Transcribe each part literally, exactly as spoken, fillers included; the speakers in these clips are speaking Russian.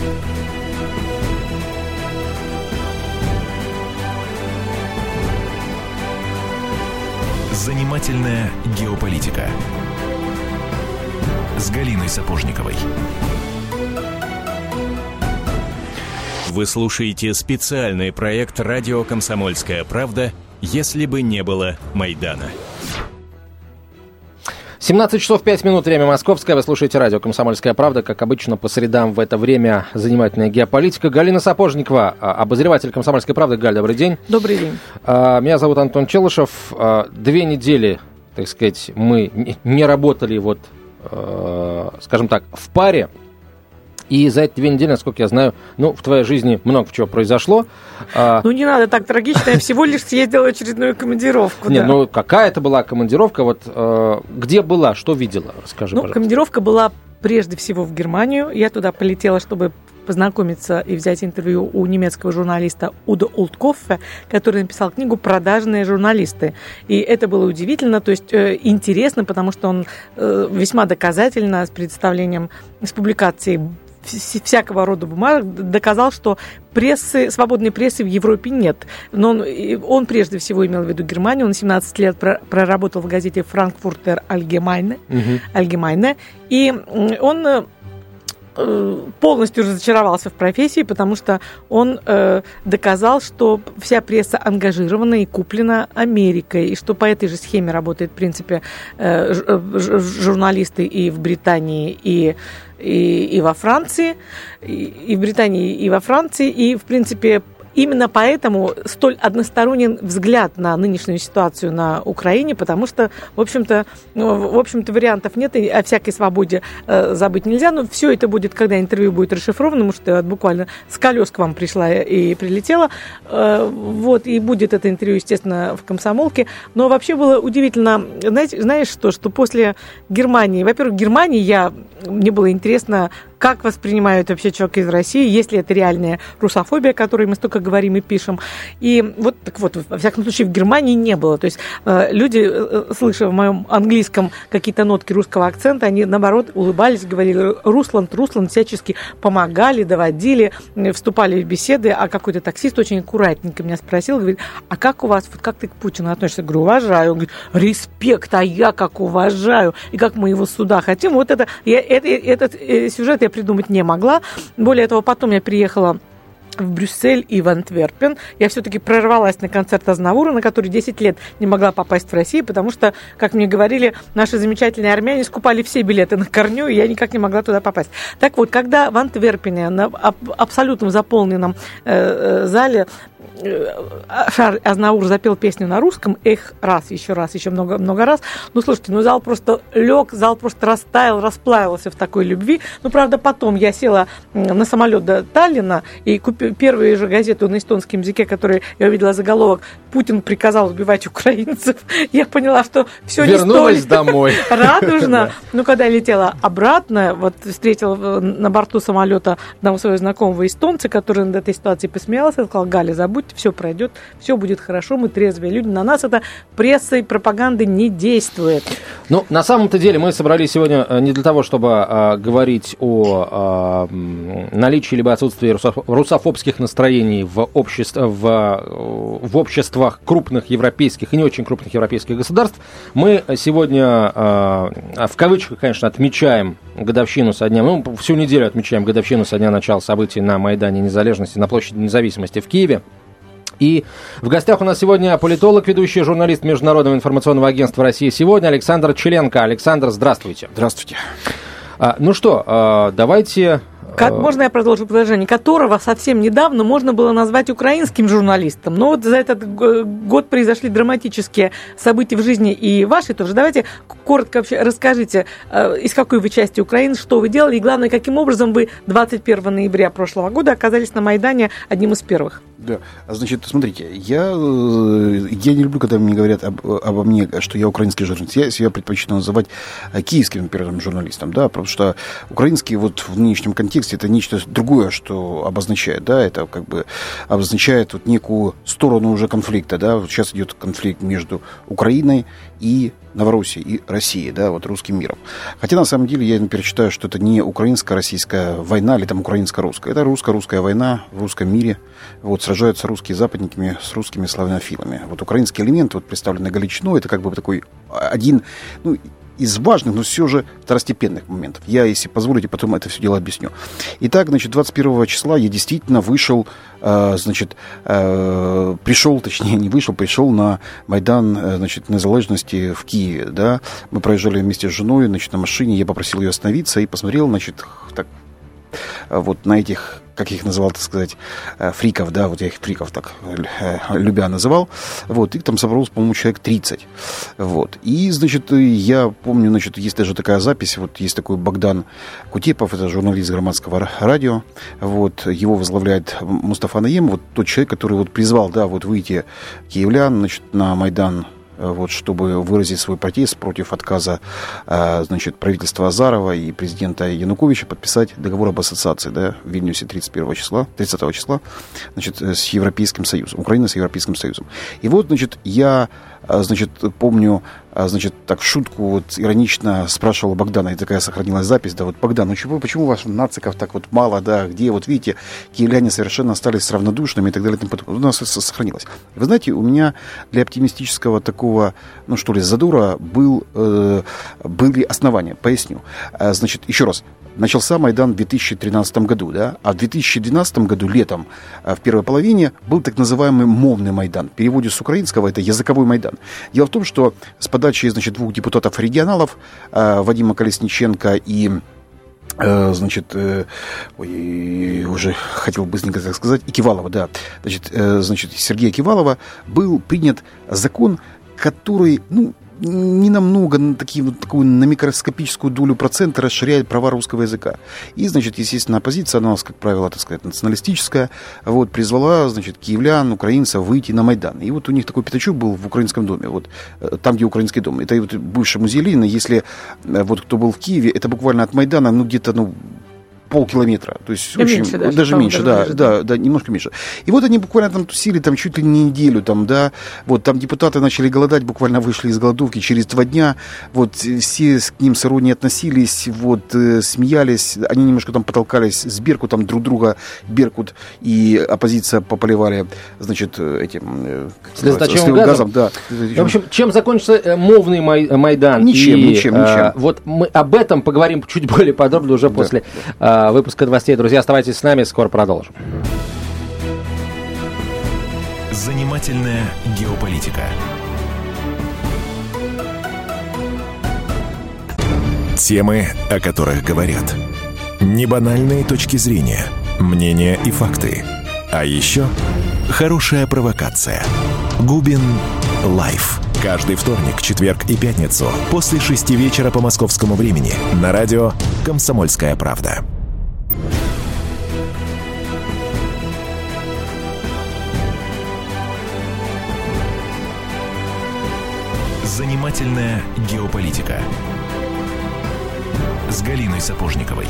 Занимательная геополитика с Галиной Сапожниковой. Вы слушаете специальный проект «Радио Комсомольская правда», если бы не было Майдана. семнадцать часов пять минут, время московское. Вы слушаете радио «Комсомольская правда». Как обычно, по средам в это время занимательная геополитика. Галина Сапожникова, обозреватель «Комсомольской правды». Галь, добрый день. Добрый день. Меня зовут Антон Челышев. Две недели, так сказать, мы не работали, вот, скажем так, в паре. И за эти две недели, насколько я знаю, ну, в твоей жизни много чего произошло. Ну, не надо так трагично, я всего лишь съездила очередную командировку. Не, ну, какая это была командировка, вот где была, что видела, расскажи, пожалуйста. Ну, командировка была прежде всего в Германию. Я туда полетела, чтобы познакомиться и взять интервью у немецкого журналиста Удо Улткоффе, который написал книгу «Продажные журналисты». И это было удивительно, то есть э, интересно, потому что он э, весьма доказательно с представлением, с публикацией всякого рода бумаг доказал, что прессы, свободной прессы в Европе нет. Но он, он прежде всего имел в виду Германию. Он семнадцать лет проработал в газете «Frankfurter Allgemeine», uh-huh. Allgemeine, и он полностью разочаровался в профессии, потому что он э, доказал, что вся пресса ангажирована и куплена Америкой, и что по этой же схеме работают, в принципе, э, ж, журналисты и в Британии, и, и, и во Франции, и, и в Британии, и во Франции, и, в принципе, именно поэтому столь односторонний взгляд на нынешнюю ситуацию на Украине, потому что, в общем-то, в общем-то вариантов нет, и о всякой свободе э, забыть нельзя, но все это будет, когда интервью будет расшифровано, потому что я буквально с колес к вам пришла и прилетела, э, вот, и будет это интервью, естественно, в «Комсомолке», но вообще было удивительно, знаете, знаешь что, что после Германии, во-первых, в Германии я, мне было интересно, как воспринимают вообще человека из России, есть ли это реальная русофобия, о которой мы столько говорим и пишем. И вот, так вот, во всяком случае, в Германии не было. То есть э, люди, э, слыша в моем английском какие-то нотки русского акцента, они, наоборот, улыбались, говорили «Русланд, Русланд», всячески помогали, доводили, вступали в беседы. А какой-то таксист очень аккуратненько меня спросил, говорит, а как у вас, вот как ты к Путину относишься? Я говорю, уважаю. Он говорит, респект, а я как уважаю, и как мы его суда хотим. Вот это, я, это, этот э, сюжет я придумать не могла. Более того, потом я приехала в Брюссель и в Антверпен. Я все-таки прорвалась на концерт Азнавура, на который десять лет не могла попасть в Россию, потому что, как мне говорили, наши замечательные армяне скупали все билеты на корню, и я никак не могла туда попасть. Так вот, когда в Антверпене, на абсолютно заполненном э, зале, Шарль Азнаур запел песню на русском, эх, раз, еще раз, еще много-много раз. Ну, слушайте, ну, зал просто лег, зал просто растаял, расплавился в такой любви. Ну, правда, потом я села на самолет до Таллина и купила первую же газету на эстонском языке, которую я увидела заголовок «Путин приказал убивать украинцев». Я поняла, что все не столь вернулась домой. Радужно. Ну, когда я летела обратно, вот встретила на борту самолета одного своего знакомого эстонца, который над этой ситуацией посмеялся, и сказал, Галя, забудь, все пройдет, все будет хорошо, мы трезвые люди. На нас это пресса и пропаганда не действует. Ну, на самом-то деле мы собрались сегодня не для того, чтобы а, говорить о а, наличии либо отсутствии русофобских настроений в, обществ, в, в обществах крупных европейских и не очень крупных европейских государств. Мы сегодня, а, в кавычках, конечно, отмечаем годовщину со дня, ну, всю неделю отмечаем годовщину со дня начала событий на Майдане Незалежности, на площади Независимости в Киеве. И в гостях у нас сегодня политолог, ведущий журналист Международного информационного агентства «Россия сегодня» Александр Челенко. Александр, здравствуйте. Здравствуйте. А, ну что, а, давайте... Как, можно я продолжу предложение, которого совсем недавно можно было назвать украинским журналистом. Но вот за этот год произошли драматические события в жизни и вашей тоже. Давайте коротко вообще расскажите, из какой вы части Украины, что вы делали, и главное, каким образом вы двадцать первого ноября прошлого года оказались на Майдане одним из первых. Да, значит, смотрите, я, я не люблю, когда мне говорят об, обо мне, что я украинский журналист. Я себя предпочитаю называть киевским первым журналистом, да, потому что украинский вот в нынешнем контексте это нечто другое, что обозначает, да, это как бы обозначает вот некую сторону уже конфликта, да, вот сейчас идет конфликт между Украиной и Новороссии, и России, да, вот русским миром. Хотя, на самом деле, я, например, считаю, что это не украинско-российская война или там украинско-русская. Это русско-русская война в русском мире. Вот сражаются русские западниками с русскими славянофилами. Вот украинский элемент, вот представленный Галичиной, это как бы такой один, ну, из важных, но все же второстепенных моментов. Я, если позволите, потом это все дело объясню. Итак, значит, двадцать первого числа я действительно вышел, э, значит, э, пришел, точнее, не вышел, пришел на Майдан, э, значит, Незалежности в Киеве, да. Мы проезжали вместе с женой, значит, на машине, я попросил ее остановиться и посмотрел, значит, так, вот на этих, как я их называл, так сказать, фриков, да, вот я их фриков так любя называл, вот, их там собралось, по-моему, человек тридцать, вот, и, значит, я помню, значит, есть даже такая запись, вот, есть такой Богдан Кутепов, это журналист Громадского радио, вот, его возглавляет Мустафа Наем, вот, тот человек, который вот призвал, да, вот, выйти киевлян, значит, на Майдан, вот, чтобы выразить свой протест против отказа, значит, правительства Азарова и президента Януковича подписать договор об ассоциации, да, в Вильнюсе тридцать первого числа, тридцатого числа, значит, с Европейским Союзом, Украина с Европейским Союзом. И вот, значит, я, значит, помню, значит, так в шутку вот иронично спрашивал Богдана, и такая сохранилась запись, да, вот, Богдан, ну почему, почему у вас нациков так вот мало, да, где, вот видите, киевляне совершенно остались равнодушными и так далее, и тому подобное. У нас это сохранилось. Вы знаете, у меня для оптимистического такого, ну что ли, задора был, э, были основания, поясню. Значит, еще раз. Начался Майдан в две тысячи тринадцатом году, да, а в две тысячи двенадцатом году, летом, в первой половине, был так называемый мовный Майдан. В переводе с украинского это языковой Майдан. Дело в том, что с подачи, значит, двух депутатов-регионалов, Вадима Колесниченко и, значит, ой, уже хотел быстренько так сказать, и Кивалова, да, значит, значит, Сергея Кивалова, был принят закон, который, ну, не намного, на такие, вот, такую на микроскопическую долю процента расширяет права русского языка. И, значит, естественно, оппозиция, она у нас, как правило, так сказать, националистическая, вот, призвала, значит, киевлян, украинцев выйти на Майдан. И вот у них такой пятачок был в Украинском доме, вот, там, где Украинский дом. Это вот бывший музей Ленина, если, вот, кто был в Киеве, это буквально от Майдана, ну, где-то, ну, полкилометра, то есть да очень, меньше даже, даже меньше, да, даже, да, да, немножко меньше. И вот они буквально там тусили, там чуть ли не неделю, там, да, вот там депутаты начали голодать, буквально вышли из голодовки через два дня, вот все к ним с иронией относились, вот э, смеялись, они немножко там потолкались с Беркутом, друг друга Беркут и оппозиция пополивали, значит, этим э, слезоточивым газом, газом, да. В общем, чем закончится мовный май, Майдан? Ничем, и, ничем, ничем. А, вот мы об этом поговорим чуть более подробно уже да, после да. А, выпуска новостей. Друзья, оставайтесь с нами, скоро продолжим. Занимательная геополитика. Темы, о которых говорят. Небанальные точки зрения, мнения и факты. А еще хорошая провокация. Губин Лайф. Каждый вторник, четверг и пятницу после шести вечера по московскому времени на радио «Комсомольская правда». Занимательная геополитика с Галиной Сапожниковой.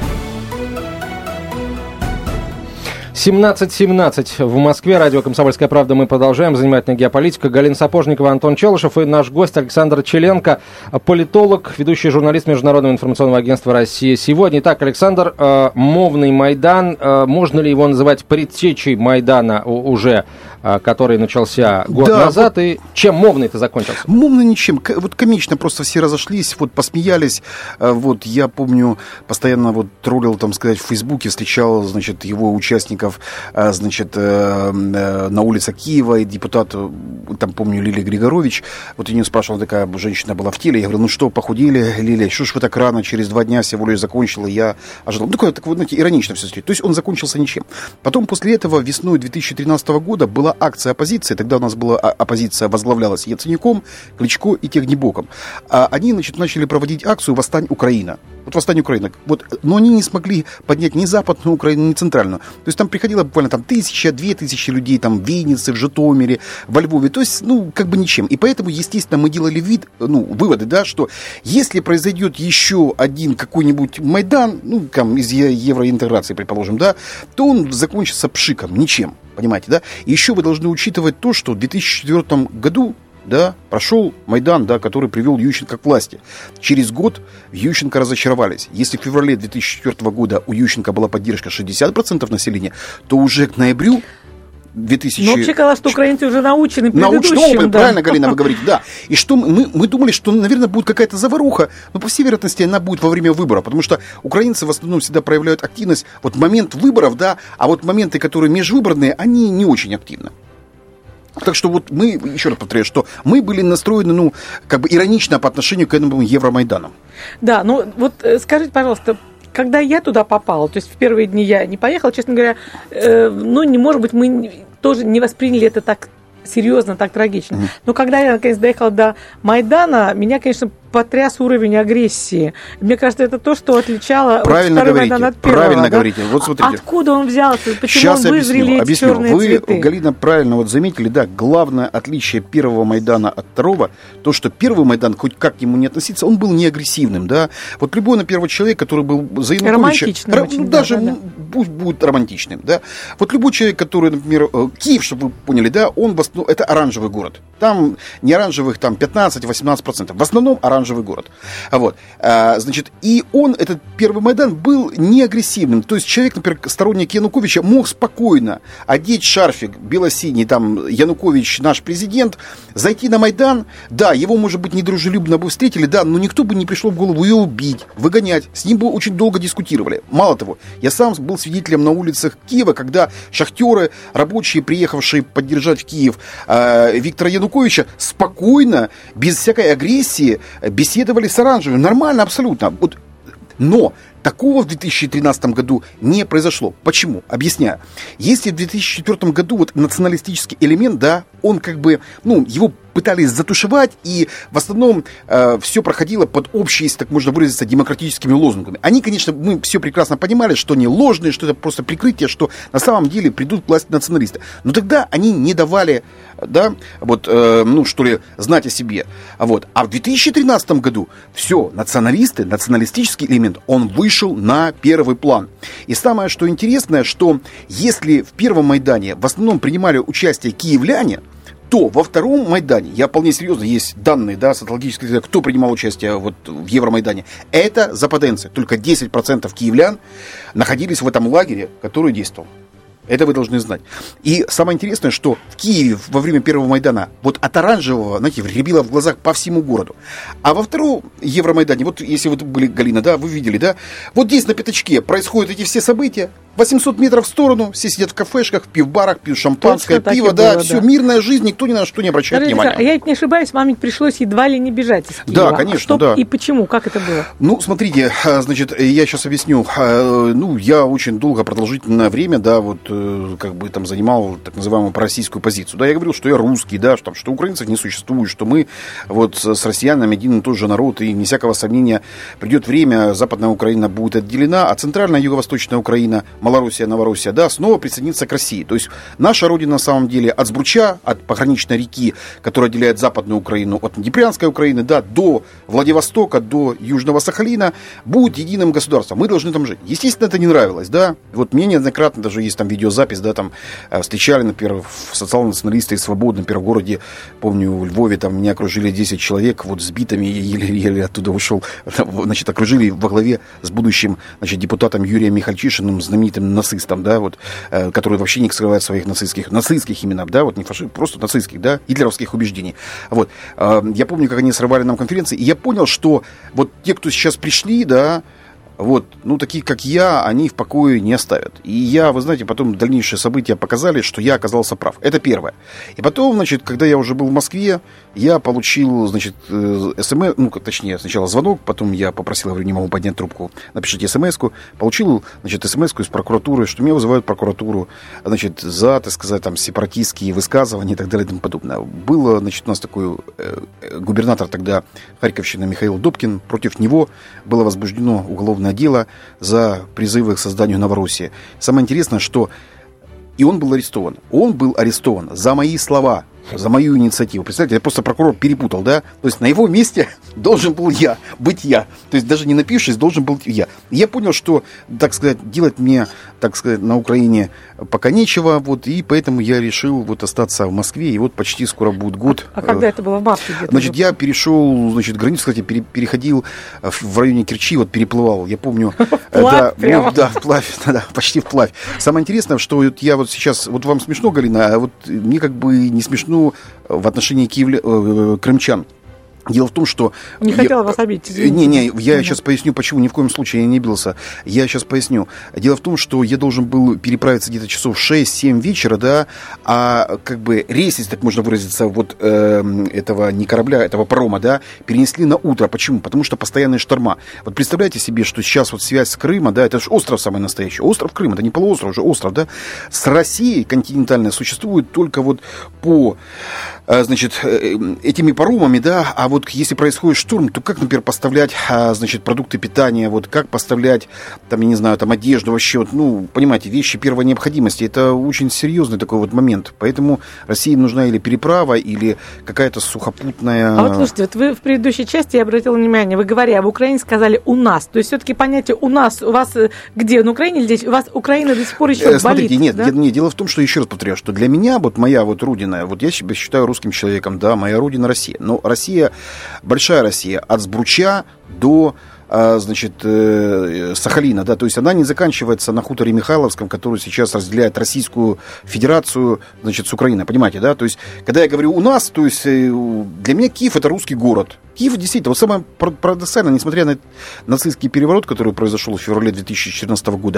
семнадцать семнадцать в Москве. Радио «Комсомольская правда». Мы продолжаем. Занимательная геополитика. Галина Сапожникова, Антон Челышев и наш гость Александр Челенко, политолог, ведущий журналист Международного информационного агентства «Россия сегодня». Итак, Александр, э, мовный Майдан. Э, можно ли его называть предтечей Майдана уже, э, который начался год да, назад? Вот... И чем мовный-то закончился? Мовный ничем. Вот комично просто все разошлись, вот посмеялись. Вот я помню, постоянно вот троллил, там сказать, в Фейсбуке, встречал, значит, его участников, значит, на улице Киева, и депутат, там, помню, Лилия Григорович, вот я нее спрашивал, такая женщина была в теле, я говорю, ну что, похудели, Лилия, что ж вы так рано, через два дня всего лишь закончила, я ожидал. Ну, такое, так, вот, знаете, иронично все. То есть он закончился ничем. Потом, после этого, весной две тысячи тринадцатого года была акция оппозиции, тогда у нас была оппозиция, возглавлялась Яценюком, Кличко и Технибоком. А они, значит, начали проводить акцию «Восстань Украина». Вот «Восстание Украины». Вот, но они не смогли поднять ни западную Украину, ни центральную. То есть там приходило буквально там тысяча, две тысячи людей, там в Виннице, в Житомире, во Львове. То есть, ну, как бы ничем. И поэтому, естественно, мы делали вид, ну, выводы, да, что если произойдет еще один какой-нибудь Майдан, ну, там, из евроинтеграции, предположим, да, то он закончится пшиком, ничем. Понимаете, да? И еще вы должны учитывать то, что в две тысячи четвёртом году да, прошел Майдан, да, который привел Ющенко к власти. Через год в Ющенко разочаровались. Если в феврале две тысячи четвёртого года у Ющенко была поддержка шестьдесят процентов населения, то уже к ноябрю две тысячи... Ну, вообще казалось, что украинцы уже научены предыдущим. Научный опыт, да. правильно, Галина, вы говорите, да. И что мы, мы думали, что, наверное, будет какая-то заваруха, но, по всей вероятности, она будет во время выборов, потому что украинцы в основном всегда проявляют активность вот в момент выборов, да, а вот моменты, которые межвыборные, они не очень активны. Так что вот мы, еще раз повторяю, что мы были настроены, ну, как бы иронично по отношению к этому Евромайдану. Да, ну вот скажите, пожалуйста, когда я туда попала, то есть в первые дни я не поехала, честно говоря, э, ну, не, может быть, мы тоже не восприняли это так серьезно, так трагично. Mm-hmm. Но когда я, наконец, доехала до Майдана, меня, конечно, потряс уровень агрессии. Мне кажется, это то, что отличало правильно второй говорите, Майдан от первого. Правильно да? говорите. Вот смотрите. Откуда он взялся? Почему Сейчас он вызрели эти черные Вы, цветы? Галина, правильно вот заметили, да, главное отличие первого Майдана от второго, то, что первый Майдан, хоть как к нему не относиться, он был не агрессивным, да. Вот любой, на первый человек, который был за Януковича... Романтичным р- очень, ну, да, даже да, да. пусть будет романтичным, да. Вот любой человек, который, например, Киев, чтобы вы поняли, да, он, ну, это оранжевый город. Там не оранжевых, там пятнадцать-восемнадцать процентов. В основном оранжевый город. Вот. А, значит, и он, этот первый Майдан, был не агрессивным. То есть человек, например, сторонник Януковича, мог спокойно одеть шарфик бело-синий, там, Янукович наш президент, зайти на Майдан, да, его, может быть, недружелюбно бы встретили, да, но никто бы не пришло в голову ее убить, выгонять. С ним бы очень долго дискутировали. Мало того, я сам был свидетелем на улицах Киева, когда шахтеры, рабочие, приехавшие поддержать в Киев э, Виктора Януковича, спокойно, без всякой агрессии беседовали с оранжевым. Нормально, абсолютно. Вот. Но такого в две тысячи тринадцатом году не произошло. Почему? Объясняю. Если в две тысячи четвёртом году вот националистический элемент, да, он как бы, ну, его пытались затушевать, и в основном э, все проходило под общей, если так можно выразиться, демократическими лозунгами. Они, конечно, мы все прекрасно понимали, что они ложные, что это просто прикрытие, что на самом деле придут к власти националисты. Но тогда они не давали, да, вот, э, ну, что ли, знать о себе. Вот. А в две тысячи тринадцатом году все, националисты, националистический элемент, он вышел на первый план. И самое, что интересное, что если в первом Майдане в основном принимали участие киевляне, то во втором Майдане, я вполне серьезно, есть данные, да, социологические, кто принимал участие вот в Евромайдане, это западенцы. Только десять процентов киевлян находились в этом лагере, который действовал. Это вы должны знать. И самое интересное, что в Киеве во время первого Майдана вот от оранжевого, знаете, рябило в глазах по всему городу. А во втором Евромайдане, вот если вы были, Галина, да, вы видели, да, вот здесь на пятачке происходят эти все события, восемьсот метров в сторону, все сидят в кафешках, в пивбарах, пьют шампанское, точно пиво, да, было, все, да. Мирная жизнь, никто ни на что не обращает Дорогие внимания. друзья, я ведь не ошибаюсь, вам ведь пришлось едва ли не бежать из Киева. Да, конечно, Что да. И почему, как это было? Ну, смотрите, значит, я сейчас объясню. Ну, я очень долго, продолжительное время, да, вот, как бы там занимал так называемую пророссийскую позицию. Да, я говорил, что я русский, да, что, что украинцев не существует, что мы вот с россиянами один и тот же народ, и не всякого сомнения, придет время, Западная Украина будет отделена, а Центральная Юго-Восточная Украина, Малоруссия, Новороссия, да, снова присоединится к России. То есть наша родина на самом деле от Збруча, от пограничной реки, которая отделяет Западную Украину от Днепрянской Украины, да, до Владивостока, до Южного Сахалина, будет единым государством. Мы должны там жить. Естественно, это не нравилось, да. Вот мне неоднократно, даже есть там видеозапись, да, там встречали, например, социал-националисты и свободно, например, в городе, помню, в Львове, там меня окружили десять человек, вот с битами, еле-еле оттуда ушел, значит, окружили во главе с будущим, значит, депутатом Юрием Михальчишиным, знаменитым нацистом, да, вот, который вообще не скрывает своих нацистских, нацистских именно, да, вот не фашистов, просто нацистских, да, гитлеровских убеждений. Вот. Я помню, как они срывали нам конференции, и я понял, что вот те, кто сейчас пришли, да, вот, ну, такие, как я, они в покое не оставят. И я, вы знаете, потом дальнейшие события показали, что я оказался прав. Это первое. И потом, значит, когда я уже был в Москве, я получил, значит, смс, ну, точнее, сначала звонок, потом я попросил, говорю, не могу поднять трубку, напишите смс-ку. Получил, значит, смс-ку из прокуратуры, что меня вызывают в прокуратуру, значит, за, так сказать, там, сепаратистские высказывания и так далее и тому подобное. Было, значит, у нас такой э, губернатор тогда Харьковщины Михаил Добкин, против него было возбуждено уголовное дело за призывы к созданию Новороссии. Самое интересное, что и он был арестован. Он был арестован за мои слова. за мою инициативу. Представляете, я просто прокурор перепутал, да? То есть на его месте должен был я, быть я. То есть даже не напившись, должен был я. И я понял, что, так сказать, делать мне, так сказать, на Украине пока нечего, вот, и поэтому я решил вот остаться в Москве, и вот почти скоро будет год. А, а когда это было? В марте где-то? Значит, я перешел, значит, границу, кстати, пере, переходил в районе Керчи, вот переплывал, я помню. Вплавь прямо? Да, вплавь, да, почти вплавь. Самое интересное, что вот я вот сейчас, вот вам смешно, Галина, а вот мне как бы не смешно в отношении киевля... крымчан. Дело в том, что... Не я... хотела вас обидеть, извините. Не-не, я да. сейчас поясню, почему. Ни в коем случае я не бился. Я сейчас поясню. Дело в том, что я должен был переправиться где-то часов шесть-семь вечера, да, а как бы рейс, если так можно выразиться, вот э, этого не корабля, этого парома, да, перенесли на утро. Почему? Потому что постоянные шторма. Вот представляете себе, что сейчас вот связь с Крымом, да, это же остров самый настоящий. Остров Крым, это не полуостров, уже остров, да. С Россией континентальной существует только вот по, э, значит, э, этими паромами, да, а вот если происходит штурм, то как, например, поставлять, значит, продукты питания, вот как поставлять, там, я не знаю, там, одежду вообще, вот, ну, понимаете, вещи первой необходимости. Это очень серьезный такой вот момент. Поэтому России нужна или переправа, или какая-то сухопутная... А вот слушайте, вот вы в предыдущей части, я обратила внимание, вы говоря об Украине, сказали «у нас». То есть все-таки понятие «у нас», у вас где, на Украине или здесь? У вас Украина до сих пор еще болит, Смотрите, нет, да? нет, нет, дело в том, что, еще раз повторяю, что для меня, вот моя вот родина, вот я себя считаю русским человеком, да, моя родина Россия. Но Россия... Большая Россия, от Сбруча до, значит, Сахалина, да, то есть она не заканчивается на хуторе Михайловском, который сейчас разделяет Российскую Федерацию, значит, с Украиной, понимаете, да, то есть, когда я говорю «у нас», то есть, для меня Киев — это русский город. Киев действительно, вот самое парадоксальное, несмотря на нацистский переворот, который произошел в феврале две тысячи четырнадцатого года,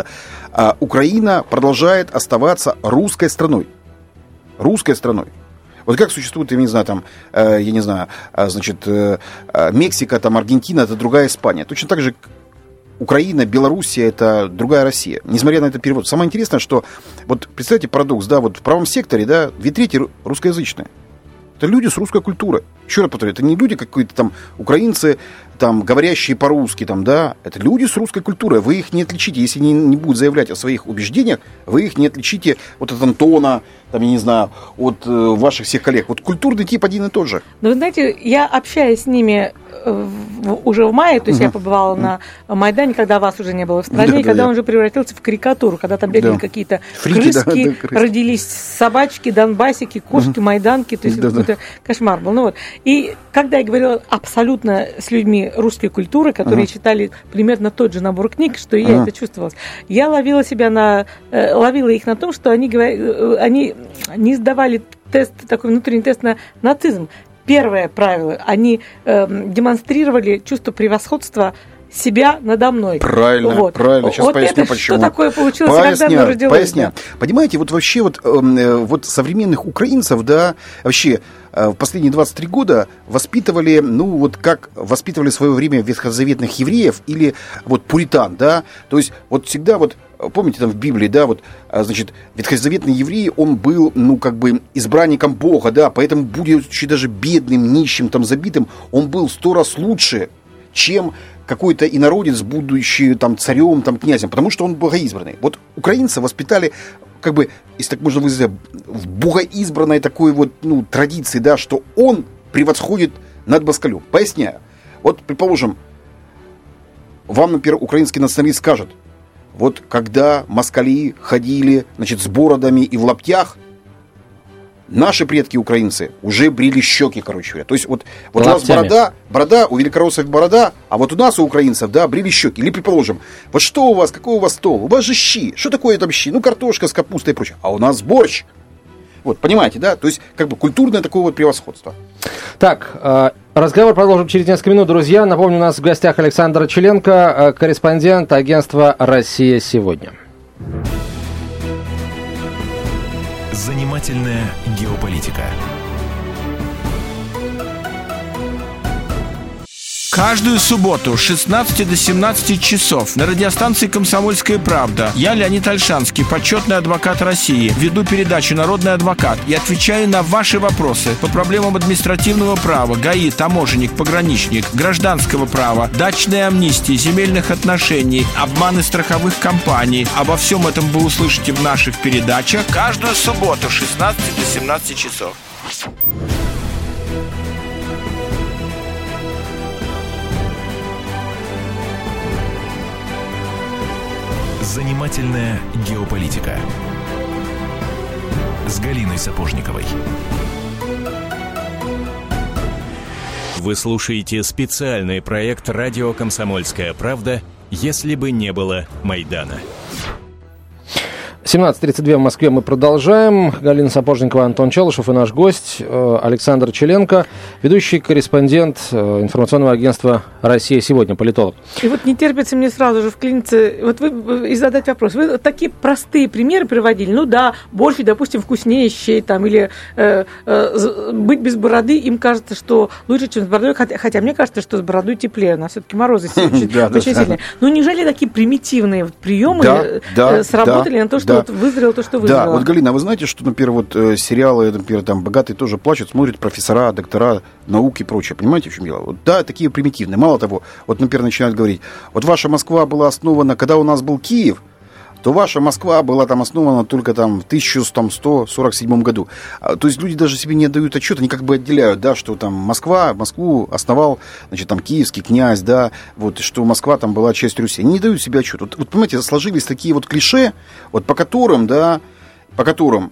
Украина продолжает оставаться русской страной, русской страной. Вот как существует, я не знаю, там, э, я не знаю, э, значит, э, Мексика, там, Аргентина, это другая Испания. Точно так же Украина, Белоруссия, это другая Россия. Несмотря на этот перевод. Самое интересное, что, вот, представьте парадокс, да, вот в правом секторе, да, две трети русскоязычные. Это люди с русской культурой. Еще раз повторяю, это не люди какие-то там украинцы, там, говорящие по-русски, там, да, это люди с русской культурой. Вы их не отличите, если они не будут заявлять о своих убеждениях, вы их не отличите вот от Антона, там, я не знаю, от э, ваших всех коллег. Вот культурный тип один и тот же. Но вы знаете, я общаюсь с ними в, уже в мае, то есть uh-huh. я побывала uh-huh. на Майдане, когда вас уже не было в стране, да, и когда да, он я... уже превратился в карикатуру, когда там бегали да. какие-то Фрики, крыски, да, да, крыски, родились собачки, донбассики, кошки, uh-huh. майданки, то есть да, какой-то да. кошмар был. Ну, вот. И когда я говорила абсолютно с людьми русской культуры, которые uh-huh. читали примерно тот же набор книг, что и uh-huh. я это чувствовала, я ловила себя на, ловила их на том, что они, они не сдавали тест, такой внутренний тест на нацизм. Первое правило, они э, демонстрировали чувство превосходства себя надо мной. Правильно, вот. правильно. Сейчас вот поясню, это почему. Что такое получилось, поясня, когда оно родилось? Поясня. Да. Понимаете, вот вообще вот, э, вот современных украинцев, да, вообще э, в последние двадцать три года воспитывали, ну вот как воспитывали в свое время ветхозаветных евреев или вот пуритан, да, то есть вот всегда вот помните, там в Библии, да, вот, значит, ветхозаветный еврей, он был, ну, как бы, избранником Бога, да, поэтому, будучи даже бедным, нищим, там, забитым, он был в сто раз лучше, чем какой-то инородец, будучи, там, царем, там, князем, потому что он богоизбранный. Вот украинцы воспитали, как бы, если так можно выразить, в богоизбранной такой вот, ну, традиции, да, что он превосходит над москалем. Поясняю. Вот, предположим, вам, например, украинский националист скажет, вот когда москали ходили, значит, с бородами и в лаптях, наши предки украинцы уже брили щеки, короче говоря. То есть вот, вот у нас борода, борода, у великороссов борода, а вот у нас, у украинцев, да, брили щеки. Или, предположим, вот что у вас, какой у вас стол? У вас же щи. Что такое там щи? Ну, картошка с капустой и прочее. А у нас борщ. Вот, понимаете, да? То есть, как бы культурное такое вот превосходство. Так, разговор продолжим через несколько минут, друзья. Напомню, у нас в гостях Александр Челенко, корреспондент агентства «Россия сегодня». Занимательная геополитика. Каждую субботу с шестнадцати до семнадцати часов на радиостанции «Комсомольская правда» я, Леонид Ольшанский, почетный адвокат России, веду передачу «Народный адвокат» и отвечаю на ваши вопросы по проблемам административного права, ГАИ, таможенник, пограничник, гражданского права, дачной амнистии, земельных отношений, обманы страховых компаний. Обо всем этом вы услышите в наших передачах каждую субботу с шестнадцати до семнадцати часов. Занимательная геополитика с Галиной Сапожниковой. Вы слушаете специальный проект «Радио Комсомольская правда», если бы не было Майдана. семнадцать тридцать два в Москве, мы продолжаем. Галина Сапожникова, Антон Челышев и наш гость Александр Челенко, ведущий корреспондент информационного агентства «Россия сегодня», политолог. И вот не терпится мне сразу же вклиниться вот вы, и задать вопрос. Вы вот такие простые примеры приводили. Ну да, борщ, допустим, вкуснее щей, там, или э, э, быть без бороды, им кажется, что лучше, чем с бородой, хотя, хотя мне кажется, что с бородой теплее, у нас все-таки морозы очень сильные. Но неужели такие примитивные приемы сработали на то, что вот вызрело то, что вызрело? Да, вот, Галина, вы знаете, что, например, вот э, сериалы, например, там, «Богатые тоже плачут», смотрят профессора, доктора науки и прочее. Понимаете, в чем дело? Вот, да, такие примитивные. Мало того, вот, например, начинают говорить, вот ваша Москва была основана, когда у нас был Киев, то ваша Москва была там основана только там в тысяча сто сорок седьмом году. То есть люди даже себе не отдают отчет, они как бы отделяют, да, что там Москва, Москву основал, значит, там киевский князь, да, вот, что Москва там была частью Руси. Они не дают себе отчет. Вот, вот понимаете, сложились такие вот клише, вот по которым, да, по которым,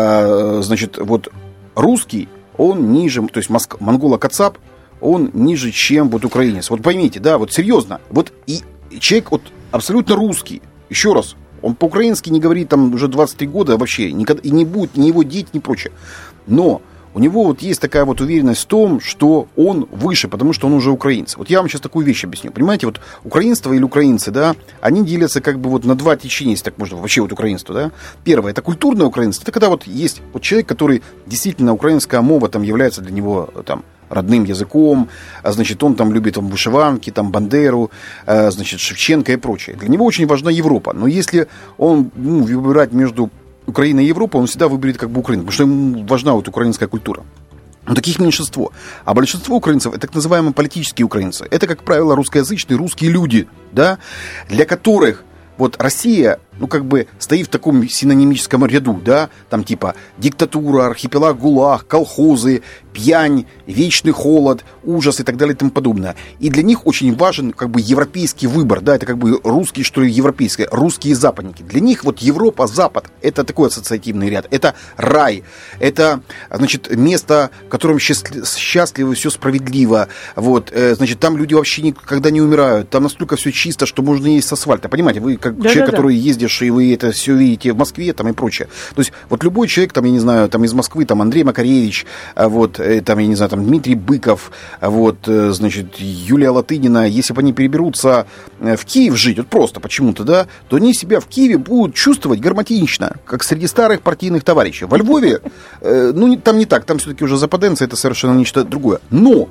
э, значит, вот русский, он ниже, то есть моск, монголо-кацап, он ниже, чем вот украинец. Вот поймите, да, вот серьезно, вот и человек вот абсолютно русский, еще раз, он по-украински не говорит там уже двадцать три года вообще, никогда, и не будет ни его дети, ни прочее. Но у него вот есть такая вот уверенность в том, что он выше, потому что он уже украинец. Вот я вам сейчас такую вещь объясню. Понимаете, вот украинство или украинцы, да, они делятся как бы вот на два течения, если так можно, вообще вот украинство, да. Первое, это культурное украинство. Это когда вот есть вот человек, который действительно украинская мова там является для него там родным языком, значит, он там любит там, вышиванки, там, Бандеру, значит, Шевченко и прочее. Для него очень важна Европа. Но если он ну, выбирать между Украиной и Европой, он всегда выберет как бы Украину, потому что ему важна вот украинская культура. Но таких меньшинство. А большинство украинцев, это так называемые политические украинцы. Это, как правило, русскоязычные русские люди, да, для которых вот Россия, ну, как бы стоит в таком синонимическом ряду, да, там типа диктатура, архипелаг ГУЛАГ, колхозы, пьянь, вечный холод, ужас и так далее и тому подобное. И для них очень важен как бы европейский выбор, да, это как бы русский, что ли, европейский, русские западники. Для них вот Европа, Запад, это такой ассоциативный ряд, это рай, это, значит, место, в котором счастливо, все справедливо, вот, значит, там люди вообще никогда не умирают, там настолько все чисто, что можно есть с асфальта, понимаете, вы как да, человек, да, который да. ездишь, и вы это все видите в Москве, там и прочее. То есть вот любой человек, там, я не знаю, там из Москвы, там Андрей Макаревич, вот, там, я не знаю, там Дмитрий Быков, вот, значит, Юлия Латынина, если бы они переберутся в Киев жить, вот просто почему-то, да, то они себя в Киеве будут чувствовать гармонично, как среди старых партийных товарищей. Во Львове, ну, там не так, там все-таки уже западенцы, это совершенно нечто другое. Но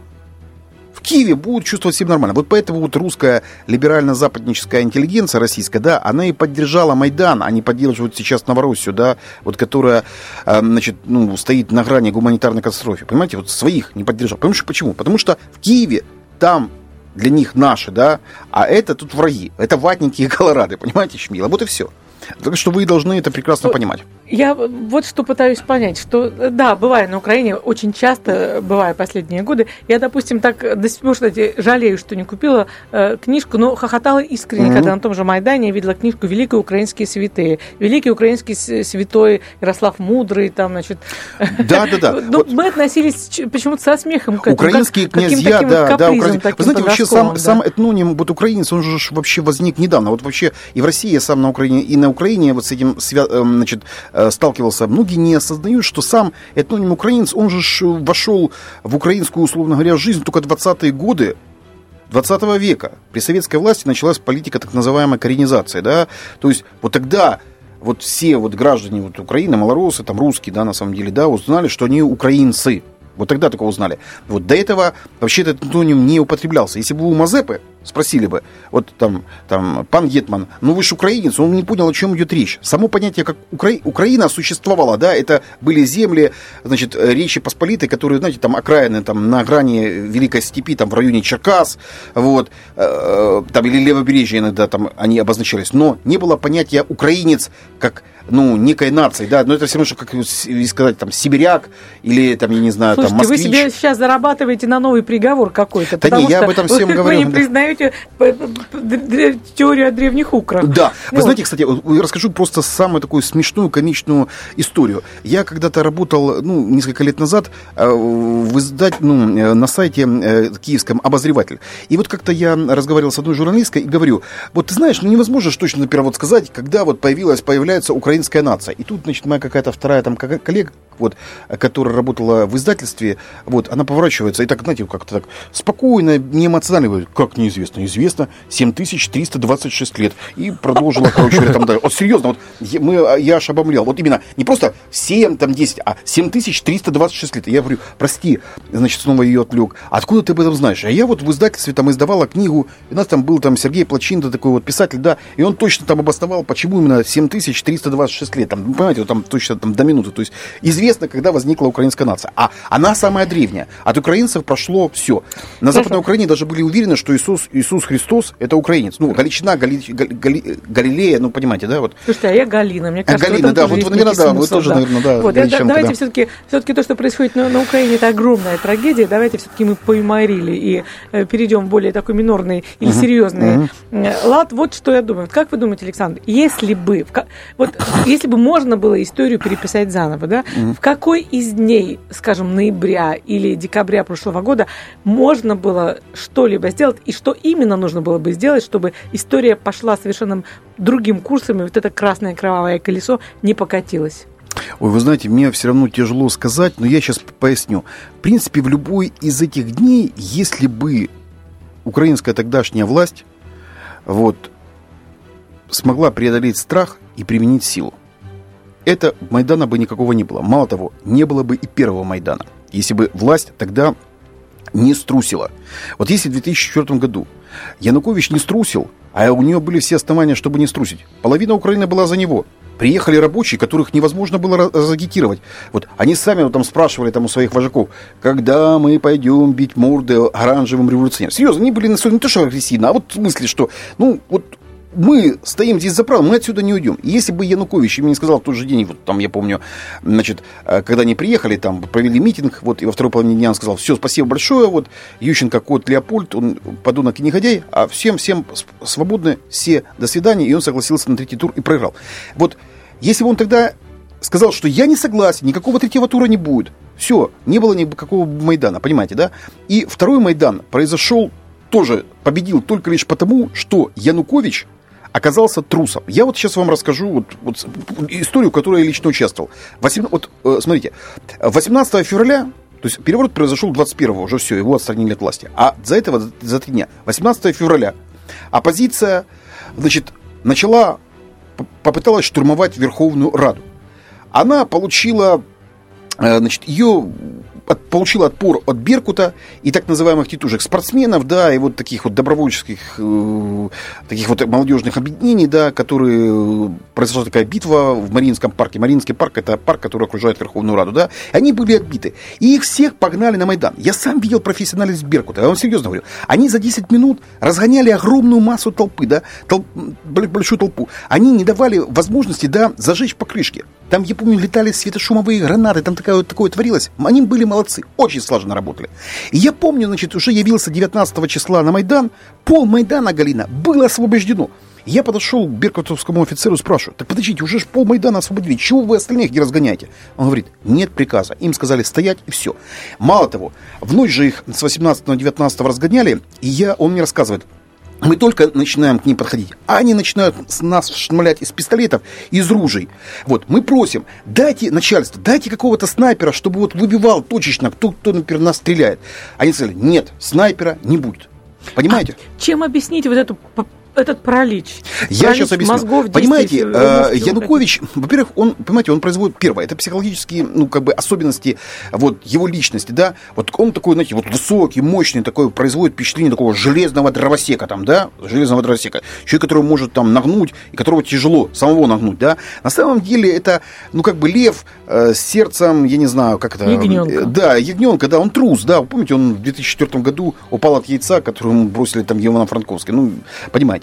в Киеве будут чувствовать себя нормально. Вот поэтому вот русская либерально-западническая интеллигенция российская, да, она и поддержала Майдан, они поддерживают сейчас Новороссию, да, вот которая, значит, ну, стоит на грани гуманитарной катастрофы. Понимаете, вот своих не поддержал. Потому что почему? Потому что в Киеве там для них наши, да, а это тут враги. Это ватники и колорады, понимаете, Шмила? Вот и все. Так что вы должны это прекрасно понимать. Я вот что пытаюсь понять, что, да, бывая на Украине, очень часто, бывая последние годы, я, допустим, так до сих пор, кстати, жалею, что не купила э, книжку, но хохотала искренне, mm-hmm. когда на том же Майдане я видела книжку «Великие украинские святые». Великий украинский святой Ярослав Мудрый, там, значит... Да-да-да. Мы относились почему-то со смехом к этому. Украинские князья, да, да. Вы знаете, вообще сам этноним, вот украинец, он же вообще возник недавно. Вот вообще и в России, я сам на Украине, и на Украине вот с этим, значит, сталкивался. Многие не осознают, что сам этноним украинец, он же вошел в украинскую, условно говоря, жизнь только двадцатые годы двадцатого века. При советской власти началась политика так называемой коренизации, да, то есть вот тогда вот все вот граждане вот Украины, малоросы, там русские, да, на самом деле, да, узнали, что они украинцы. Вот тогда только узнали. Вот до этого вообще этот этноним не употреблялся. Если бы у Мазепы спросили бы, вот там, там пан Гетман, ну вы же украинец, он не понял, о чем идет речь. Само понятие, как Укра... Украина существовала, да, это были земли, значит, Речи Посполитой, которые, знаете, там окраины, там на грани Великой Степи, там в районе Черкас, вот, э, там или Левобережье иногда там они обозначались, но не было понятия украинец как ну, некой нацией, да, но это все равно, что, как сказать, там, сибиряк или, там, я не знаю, Слушайте, там, москвич. Вы себе сейчас зарабатываете на новый приговор какой-то, да потому не, я что об этом всем вы, говорю. вы не признаете теорию о древних украх. Да, вы вот. знаете, кстати, я расскажу просто самую такую смешную, комичную историю. Я когда-то работал, ну, несколько лет назад в издать, ну, на сайте киевском «Обозреватель». И вот как-то я разговаривал с одной журналисткой и говорю, вот ты знаешь, ну невозможно ж точно, например, вот сказать, когда вот появилась, появляется украинская нация. И тут, значит, моя какая-то вторая там коллега, вот, которая работала в издательстве, вот, она поворачивается и так, знаете, как-то так спокойно, не эмоционально говорит, как неизвестно, известно, семь тысяч триста двадцать шесть лет. И продолжила, короче говоря, там, да, вот серьезно, вот, я, мы, я аж обомлел, вот именно, не просто семь, там, десять, а семь тысяч триста двадцать шесть лет. И я говорю, прости, значит, снова ее отвлек, откуда ты об этом знаешь? А я вот в издательстве там издавала книгу, и у нас там был там Сергей Плачинда, такой вот писатель, да, и он точно там обосновал, почему именно семь тысяч триста двадцать шесть лет, там, понимаете, вот там точно там до минуты, то есть известно, когда возникла украинская нация, а она самая древняя, от украинцев прошло все. На Западной Украине даже были уверены, что Иисус, Иисус Христос это украинец, ну, Галичина, Гали, Гали, Галилея, ну, понимаете, да, вот. Слушайте, а я Галина, мне кажется, а Галина, да, вот, наверное, да, вы тоже, да. наверное, да. Вот, это, давайте да. все-таки, все-таки то, что происходит на, на Украине, это огромная трагедия, давайте все-таки мы поюморили и э, перейдем в более такой минорный или uh-huh. серьезный uh-huh. лад. Вот что я думаю. Как вы думаете, Александр, если бы, в, вот, если бы можно было историю переписать заново, да, uh-huh. в какой из дней, скажем, ноября или декабря прошлого года можно было что-либо сделать, и что именно нужно было бы сделать, чтобы история пошла совершенно другим курсом, и вот это красное кровавое колесо не покатилось? Ой, вы знаете, мне все равно тяжело сказать, но я сейчас поясню. В принципе, в любой из этих дней, если бы украинская тогдашняя власть вот, смогла преодолеть страх и применить силу, это Майдана бы никакого не было. Мало того, не было бы и первого Майдана, если бы власть тогда не струсила. Вот если в две тысячи четвёртом году Янукович не струсил, а у нее были все основания, чтобы не струсить, половина Украины была за него. Приехали рабочие, которых невозможно было разагитировать. Вот они сами вот там спрашивали там у своих вожаков, когда мы пойдем бить морды оранжевым революционерам. Серьезно, они были настолько не то что агрессивно, а вот в смысле, что ну вот мы стоим здесь за право, мы отсюда не уйдем. И если бы Янукович им не сказал в тот же день, вот там я помню, значит, когда они приехали, там провели митинг, вот, и во второй половине дня он сказал, все, спасибо большое, вот, Ющенко, кот Леопольд, он подонок и негодяй, а всем, всем свободны, все, до свидания, и он согласился на третий тур и проиграл. Вот, если бы он тогда сказал, что я не согласен, никакого третьего тура не будет, все, не было никакого Майдана, понимаете, да? И второй Майдан произошел тоже, победил только лишь потому, что Янукович оказался трусом. Я вот сейчас вам расскажу вот, вот, историю, в которой я лично участвовал. восемь, вот, э, смотрите, восемнадцатого февраля, то есть переворот произошел двадцать первого, уже все, его отстранили от власти. А за этого, за три дня, восемнадцатого февраля, оппозиция, значит, начала, попыталась штурмовать Верховную Раду. Она получила, э, значит, ее... От, получила отпор от Беркута и так называемых титушек спортсменов, да, и вот таких вот добровольческих, э, таких вот молодежных объединений, да, которые, произошла такая битва в Мариинском парке. Мариинский парк — это парк, который окружает Верховную Раду, да, и они были отбиты. И их всех погнали на Майдан. Я сам видел профессионализм Беркута, я вам серьезно говорю. Они за десять минут разгоняли огромную массу толпы, да, толп, большую толпу. Они не давали возможности, да, зажечь покрышки. Там, я помню, летали светошумовые гранаты, там такое, такое творилось. Они были молодцы, очень слаженно работали. И я помню, значит, уже явился девятнадцатого числа на Майдан, пол Майдана, Галина, было освобождено. Я подошел к беркутовскому офицеру, спрашиваю, так подождите, уже ж пол Майдана освободили, чего вы остальных не разгоняете? Он говорит, нет приказа, им сказали стоять и все. Мало того, в ночь же их с восемнадцатого на девятнадцатое разгоняли, и я, он мне рассказывает, мы только начинаем к ним подходить, а они начинают с нас шмалять из пистолетов, из ружей. Вот, мы просим, дайте начальство, дайте какого-то снайпера, чтобы вот выбивал точечно, кто, кто например, нас стреляет. Они сказали, нет, снайпера не будет. Понимаете? А чем объяснить вот эту... этот паралич. Я паралич сейчас объясню. Мозгов, понимаете, э, Янукович, во-первых, он, понимаете, он производит, первое, это психологические, ну, как бы, особенности вот, его личности, да, вот он такой, знаете, вот высокий, мощный, такой, производит впечатление такого железного дровосека, там, да, железного дровосека, человек, который может там нагнуть, и которого тяжело самого нагнуть, да, на самом деле это, ну, как бы, лев э, с сердцем, я не знаю, как это... Ягненка. Э, да, ягненка, да, он трус, да, помните, он в две тысячи четвёртом году упал от яйца, которое ему бросили там в Ивано-Франковске, ну, понимаете,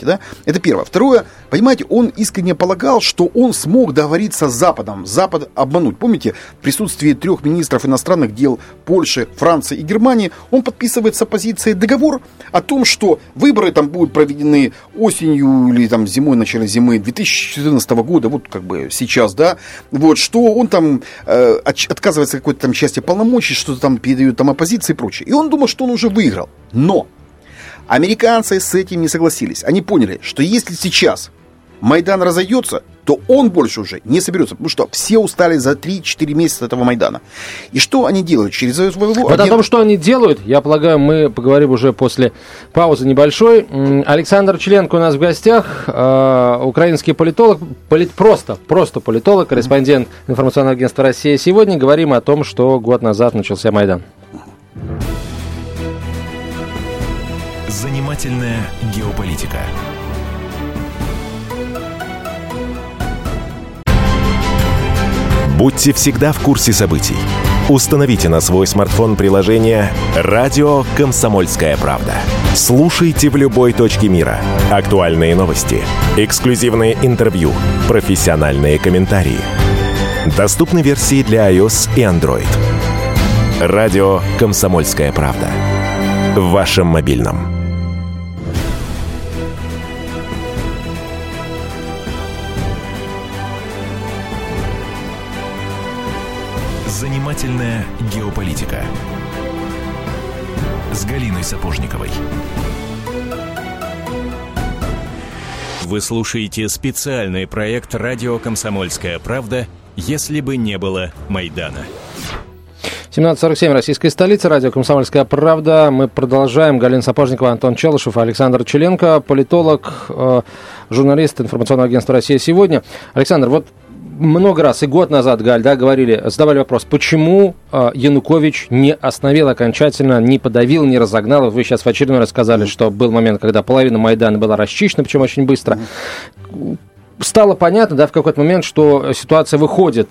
понимаете, да? Это первое. Второе, понимаете, он искренне полагал, что он смог договориться с Западом, Запад обмануть. Помните, в присутствии трех министров иностранных дел Польши, Франции и Германии он подписывает с оппозицией договор о том, что выборы там будут проведены осенью или там зимой, в начале зимы две тысячи четырнадцатого года, вот как бы сейчас, да, вот, что он там э, отказывается от какой-то там части полномочий, что-то там передает там оппозиции и прочее. И он думал, что он уже выиграл. Но американцы с этим не согласились. Они поняли, что если сейчас Майдан разойдется, то он больше уже не соберется. Потому что все устали за три-четыре месяца этого Майдана. И что они делают? Через ВВО... Вот один... о том, что они делают, я полагаю, мы поговорим уже после паузы небольшой. Александр Членко у нас в гостях. Украинский политолог, полит... просто, просто политолог, корреспондент информационного агентства «Россия сегодня». Говорим о том, что год назад начался Майдан. Занимательная геополитика. Будьте всегда в курсе событий. Установите на свой смартфон приложение «Радио Комсомольская правда». Слушайте в любой точке мира. Актуальные новости, эксклюзивные интервью, профессиональные комментарии. Доступны версии для iOS и Android. «Радио Комсомольская правда». В вашем мобильном. Занимательная геополитика с Галиной Сапожниковой. Вы слушаете специальный проект «Радио Комсомольская правда», если бы не было Майдана. семнадцать сорок семь, российская столица, радио «Комсомольская правда». Мы продолжаем. Галина Сапожникова, Антон Челышев, Александр Челенко, политолог, э, журналист информационного агентства «Россия сегодня». Александр, вот много раз и год назад, Галь, да, говорили, задавали вопрос, почему э, Янукович не остановил окончательно, не подавил, не разогнал. Вы сейчас в очередной раз сказали, что был момент, когда половина Майдана была расчищена, причем очень быстро. Стало понятно, да, в какой-то момент, что ситуация выходит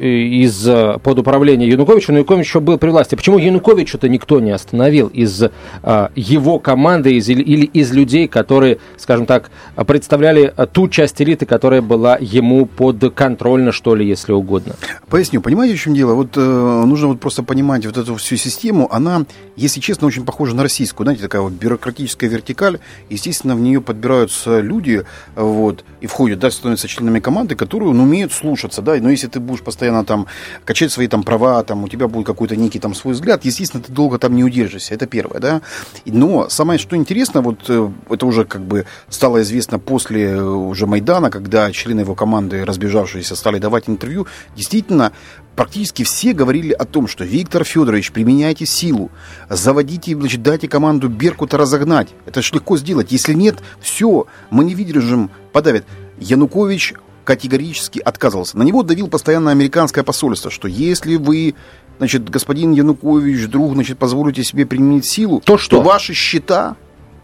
из-под управления Януковича, но Янукович еще был при власти. Почему Януковича-то никто не остановил из а, его команды из, или из людей, которые, скажем так, представляли ту часть элиты, которая была ему подконтрольна, что ли, если угодно? Поясню. Понимаете, в чем дело? Вот э, нужно вот просто понимать вот эту всю систему. Она, если честно, очень похожа на российскую. Знаете, такая вот бюрократическая вертикаль. Естественно, в нее подбираются люди, вот, и входят, да, становятся членами команды, которые, ну, умеют слушаться, да, но если ты будешь постоянно там качать свои там права, там у тебя будет какой-то некий там свой взгляд, естественно, ты долго там не удержишься, это первое, да. Но самое, что интересно, вот это уже как бы стало известно после уже Майдана, когда члены его команды, разбежавшиеся, стали давать интервью, действительно, практически все говорили о том, что Виктор Федорович, применяйте силу, заводите, значит, дайте команду Беркута разогнать. Это ж легко сделать. Если нет, все, мы не выдержим, подавят. Янукович категорически отказывался. На него давил постоянно американское посольство, что если вы, значит, господин Янукович, вдруг, значит, позволите себе применить силу, то что? То ваши счета...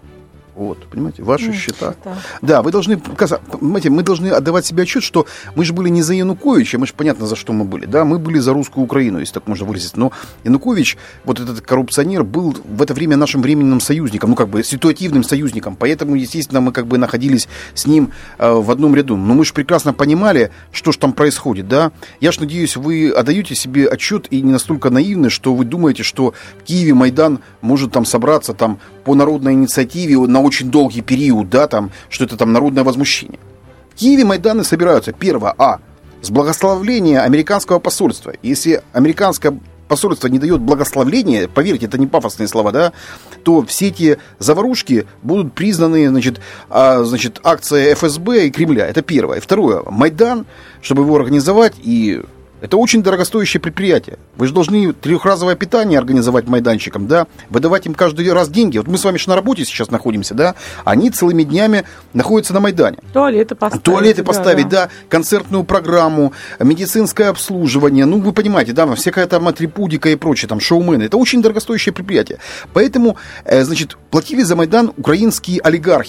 Вот, понимаете, ваши mm, счета. счета. Да, вы должны, понимаете, мы должны отдавать себе отчет, что мы же были не за Януковича, мы же понятно, за что мы были, да, мы были за русскую Украину, если так можно выразить, но Янукович, вот этот коррупционер, был в это время нашим временным союзником, ну, как бы, ситуативным союзником, поэтому, естественно, мы как бы находились с ним э, в одном ряду, но мы же прекрасно понимали, что же там происходит, да, я ж надеюсь, вы отдаете себе отчет и не настолько наивны, что вы думаете, что в Киеве Майдан может там собраться там по народной инициативе на очень долгий период, да, там, что это там народное возмущение. В Киеве Майданы собираются, первое, а, с благословления американского посольства. Если американское посольство не дает благословления, поверьте, это не пафосные слова, да, то все эти заварушки будут признаны, значит, а, значит, акцией эф эс бэ и Кремля. Это первое. И второе, Майдан, чтобы его организовать, и это очень дорогостоящее предприятие. Вы же должны трехразовое питание организовать майданчикам, да, выдавать им каждый раз деньги. Вот мы с вами же на работе сейчас находимся, да, они целыми днями находятся на Майдане. Туалеты поставить. Туалеты поставить, да, да, концертную программу, медицинское обслуживание, ну, вы понимаете, да, всякая там атрибутика и прочее, там, шоумены. Это очень дорогостоящее предприятие. Поэтому, значит, платили за Майдан украинские олигархи.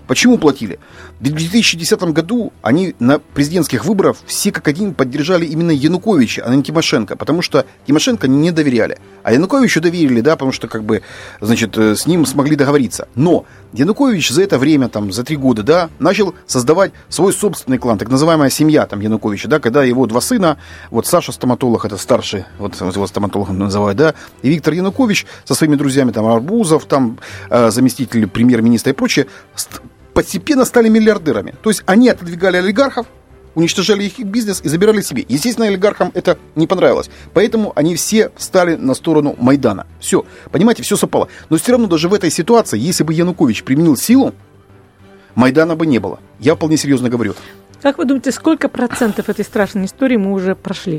Почему платили? Ведь в две тысячи десятом году они на президентских выборах все как один поддержали именно Януковича, а не Тимошенко, потому что Тимошенко не доверяли. А Януковичу доверили, да, потому что как бы, значит, с ним смогли договориться. Но Янукович за это время, там, за три года, да, начал создавать свой собственный клан, так называемая семья там Януковича, да, когда его два сына, вот Саша стоматолог, это старший, вот его стоматологом называют, да, и Виктор Янукович со своими друзьями, там, Арбузов, там, заместитель премьер-министра и прочее, постепенно стали миллиардерами. То есть они отодвигали олигархов, уничтожали их бизнес и забирали себе. Естественно, олигархам это не понравилось. Поэтому они все встали на сторону Майдана. Все, понимаете, все совпало. Но все равно даже в этой ситуации, если бы Янукович применил силу, Майдана бы не было. Я вполне серьезно говорю. Как вы думаете, сколько процентов этой страшной истории мы уже прошли?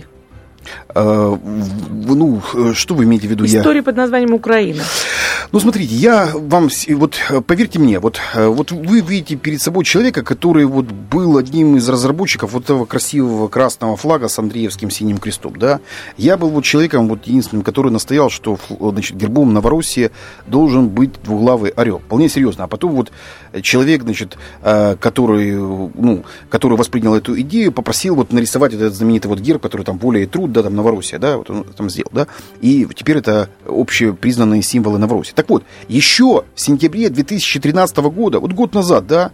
А, ну, что вы имеете в виду? История я... под названием Украина. Ну, смотрите, я вам, вот поверьте мне, вот, вот вы видите перед собой человека, который вот был одним из разработчиков вот этого красивого красного флага с Андреевским синим крестом, да. Я был вот человеком, вот единственным, который настоял, что, значит, гербом Новороссии должен быть двуглавый орел. Вполне серьезно. А потом вот человек, значит, который, ну, который воспринял эту идею, попросил вот нарисовать этот знаменитый вот герб, который там воля и труд, да, там Новороссия, да, вот он там сделал, да. И теперь это общепризнанные символы Новороссии. Так вот, еще в сентябре две тысячи тринадцатого года, вот год назад, да,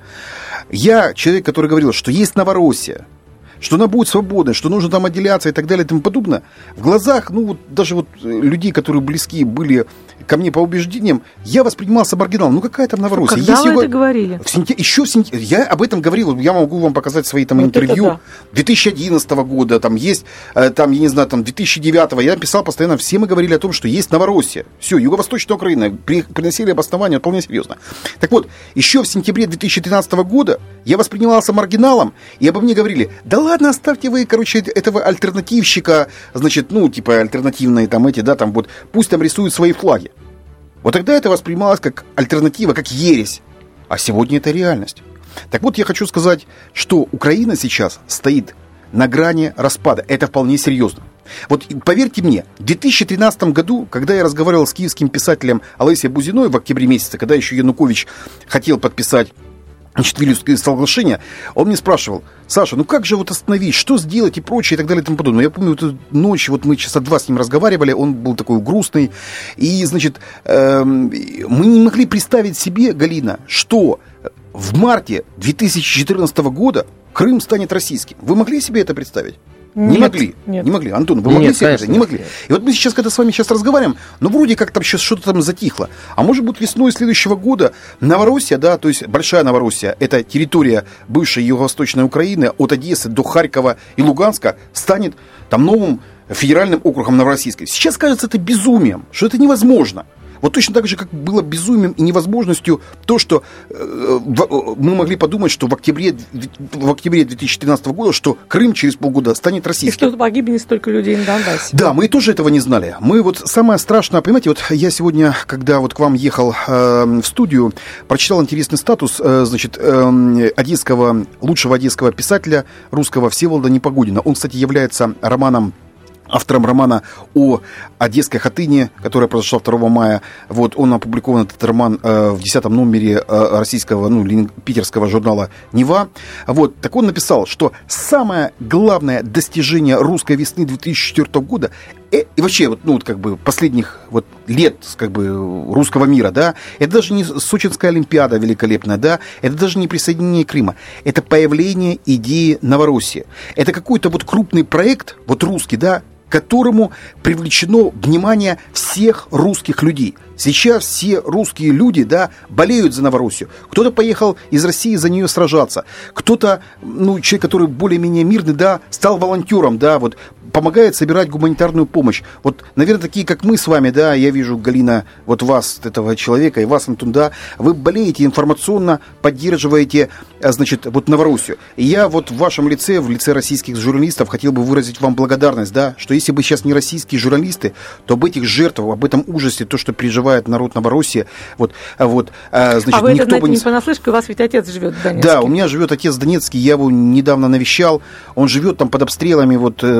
я, человек, который говорил, что есть Новороссия, что она будет свободной, что нужно там отделяться и так далее и тому подобное, в глазах, ну, вот даже вот людей, которые близки были ко мне по убеждениям, я воспринимался маргиналом. Ну, какая там Новороссия? Когда Если вы его... это говорили? В сентя... Еще в сентябре. Я об этом говорил, я могу вам показать свои там вот интервью да. две тысячи одиннадцатого года, там есть, там, я не знаю, там две тысячи девятого, я писал постоянно, все мы говорили о том, что есть Новороссия. Все, Юго-Восточная Украина, приносили обоснование вполне серьезно. Так вот, еще в сентябре две тысячи тринадцатого года я воспринимался маргиналом, и обо мне говорили, да ладно, оставьте вы, короче, этого альтернативщика, значит, ну, типа, альтернативные там эти, да, там вот, пусть там рисуют свои флаги. Вот тогда это воспринималось как альтернатива, как ересь. А сегодня это реальность. Так вот, я хочу сказать, что Украина сейчас стоит на грани распада. Это вполне серьезно. Вот поверьте мне, в две тысячи тринадцатом году, когда я разговаривал с киевским писателем Олесей Бузиной в октябре месяце, когда еще Янукович хотел подписать, значит, Вильнюсское соглашение, он мне спрашивал: Саша, ну как же вот остановить, что сделать и прочее, и так далее и тому подобное. Я помню, вот эту ночь, вот мы часа два с ним разговаривали, он был такой грустный, и, значит, э, мы не могли представить себе, Галина, что в марте две тысячи четырнадцатого года Крым станет российским. Вы могли себе это представить? Нет, не могли. Нет. Не могли. Антон, вы могли нет, себе конечно, это? Не могли. нет. И вот мы сейчас, когда с вами сейчас разговариваем, ну, вроде как там сейчас что-то там затихло. А может быть, весной следующего года Новороссия, да, то есть Большая Новороссия, это территория бывшей Юго-Восточной Украины, от Одессы до Харькова и Луганска, станет там новым федеральным округом Новороссийской. Сейчас кажется это безумием, что это невозможно. Вот точно так же, как было безумием и невозможностью то, что э, в, мы могли подумать, что в октябре, в октябре две тысячи тринадцатого года, что Крым через полгода станет российским. И что погибнет столько людей на Донбассе. Да, мы тоже этого не знали. Мы вот самое страшное, понимаете, вот я сегодня, когда вот к вам ехал э, в студию, прочитал интересный статус, э, значит, э, одесского, лучшего одесского писателя русского Всеволода Непогодина. Он, кстати, является романом автором романа о Одесской Хатыне, которая произошла второго мая. Вот, он опубликован, этот роман, э, в десятом номере э, российского, ну, лен... питерского журнала «Нева». Вот, так он написал, что самое главное достижение русской весны две тысячи четвёртого года э, и вообще, вот, ну, вот, как бы, последних вот, лет, как бы, русского мира, да, это даже не Сочинская Олимпиада великолепная, да, это даже не присоединение Крыма, это появление идеи Новороссии. Это какой-то вот крупный проект, вот русский, да, к которому привлечено внимание всех русских людей. Сейчас все русские люди, да, болеют за Новороссию. Кто-то поехал из России за нее сражаться. Кто-то, ну, человек, который более-менее мирный, да, стал волонтером, да, вот, помогает собирать гуманитарную помощь. Вот, наверное, такие, как мы с вами, да, я вижу, Галина, вот вас, этого человека, и вас, Антон, да, вы болеете информационно, поддерживаете, значит, вот Новороссию. И я вот в вашем лице, в лице российских журналистов, хотел бы выразить вам благодарность, да, что если бы сейчас не российские журналисты, то об этих жертвах, об этом ужасе, то, что переживает народ Новороссии, вот, вот, значит, а вы никто это, знаете, бы не... не понаслышке, у вас ведь отец живет в Донецке. Да, у меня живет отец Донецкий, я его недавно навещал, он живет там под обстрелами, вот,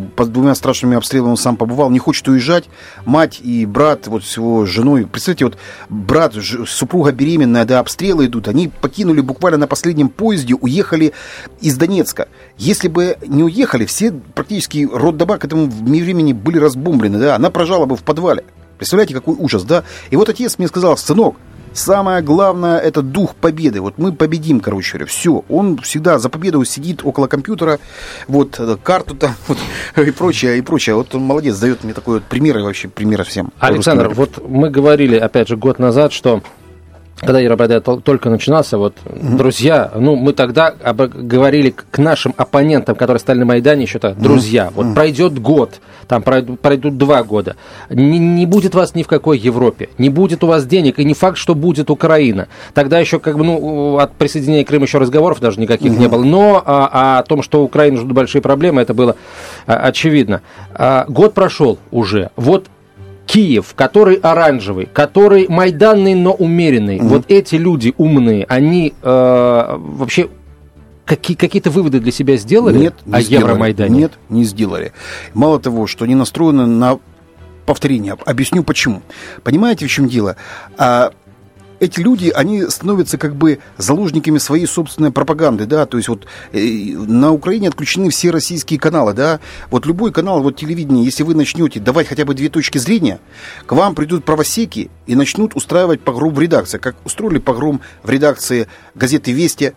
под двумя страшными обстрелами он сам побывал, не хочет уезжать. Мать и брат вот с его женой, представьте, вот брат, супруга беременная, да, обстрелы идут, они покинули буквально на последнем поезде, уехали из Донецка. Если бы не уехали, все практически роддома к этому времени были разбомблены, да, она прожала бы в подвале. Представляете, какой ужас, да? И вот отец мне сказал: сынок, самое главное — это дух победы. Вот мы победим, короче говоря. Все. Он всегда за победу сидит около компьютера, вот, карту там, вот, и прочее, и прочее. Вот он молодец, дает мне такой вот пример, и вообще пример всем. Александр, вот мы говорили, опять же, год назад, что когда Евробайдар только начинался, вот, mm-hmm. друзья, ну, мы тогда говорили к нашим оппонентам, которые стали на Майдане, еще так, друзья, mm-hmm. вот пройдет год, там пройдут, пройдут два года, не, не будет вас ни в какой Европе, не будет у вас денег, и не факт, что будет Украина. Тогда еще, как бы, ну, от присоединения Крыма еще разговоров даже никаких mm-hmm. не было, но а, а о том, что Украину ждут большие проблемы, это было а, очевидно. А, год прошел уже, вот Киев, который оранжевый, который майданный, но умеренный. Mm-hmm. Вот эти люди умные, они э, вообще какие, какие-то выводы для себя сделали Нет, не о сделали. Евромайдане? Нет, не сделали. Мало того, что они настроены на повторение. Объясню почему. Понимаете, в чем дело? А, эти люди, они становятся как бы заложниками своей собственной пропаганды, да, то есть вот э, на Украине отключены все российские каналы, да, вот любой канал, вот телевидение, если вы начнете давать хотя бы две точки зрения, к вам придут правосеки и начнут устраивать погром в редакции, как устроили погром в редакции газеты «Вести»,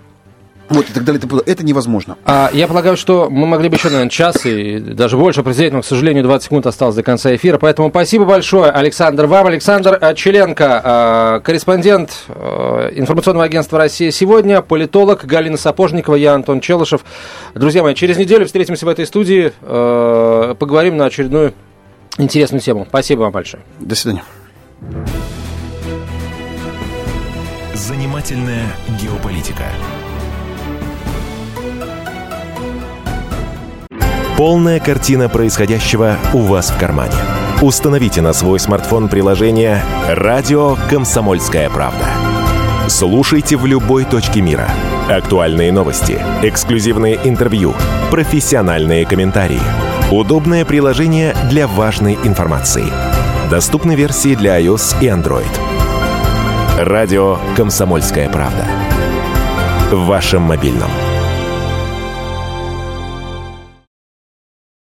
вот, и так далее. Это невозможно. А, я полагаю, что мы могли бы еще, наверное, час и даже больше просидеть, но, к сожалению, двадцать секунд осталось до конца эфира. Поэтому спасибо большое, Александр, вам. Александр Челенко, корреспондент информационного агентства «Россия сегодня», политолог. Галина Сапожникова, я Антон Челышев. Друзья мои, через неделю встретимся в этой студии, поговорим на очередную интересную тему. Спасибо вам большое. До свидания. Занимательная геополитика. Полная картина происходящего у вас в кармане. Установите на свой смартфон приложение «Радио Комсомольская правда». Слушайте в любой точке мира. Актуальные новости, эксклюзивные интервью, профессиональные комментарии. Удобное приложение для важной информации. Доступны версии для iOS и Android. «Радио Комсомольская правда». В вашем мобильном.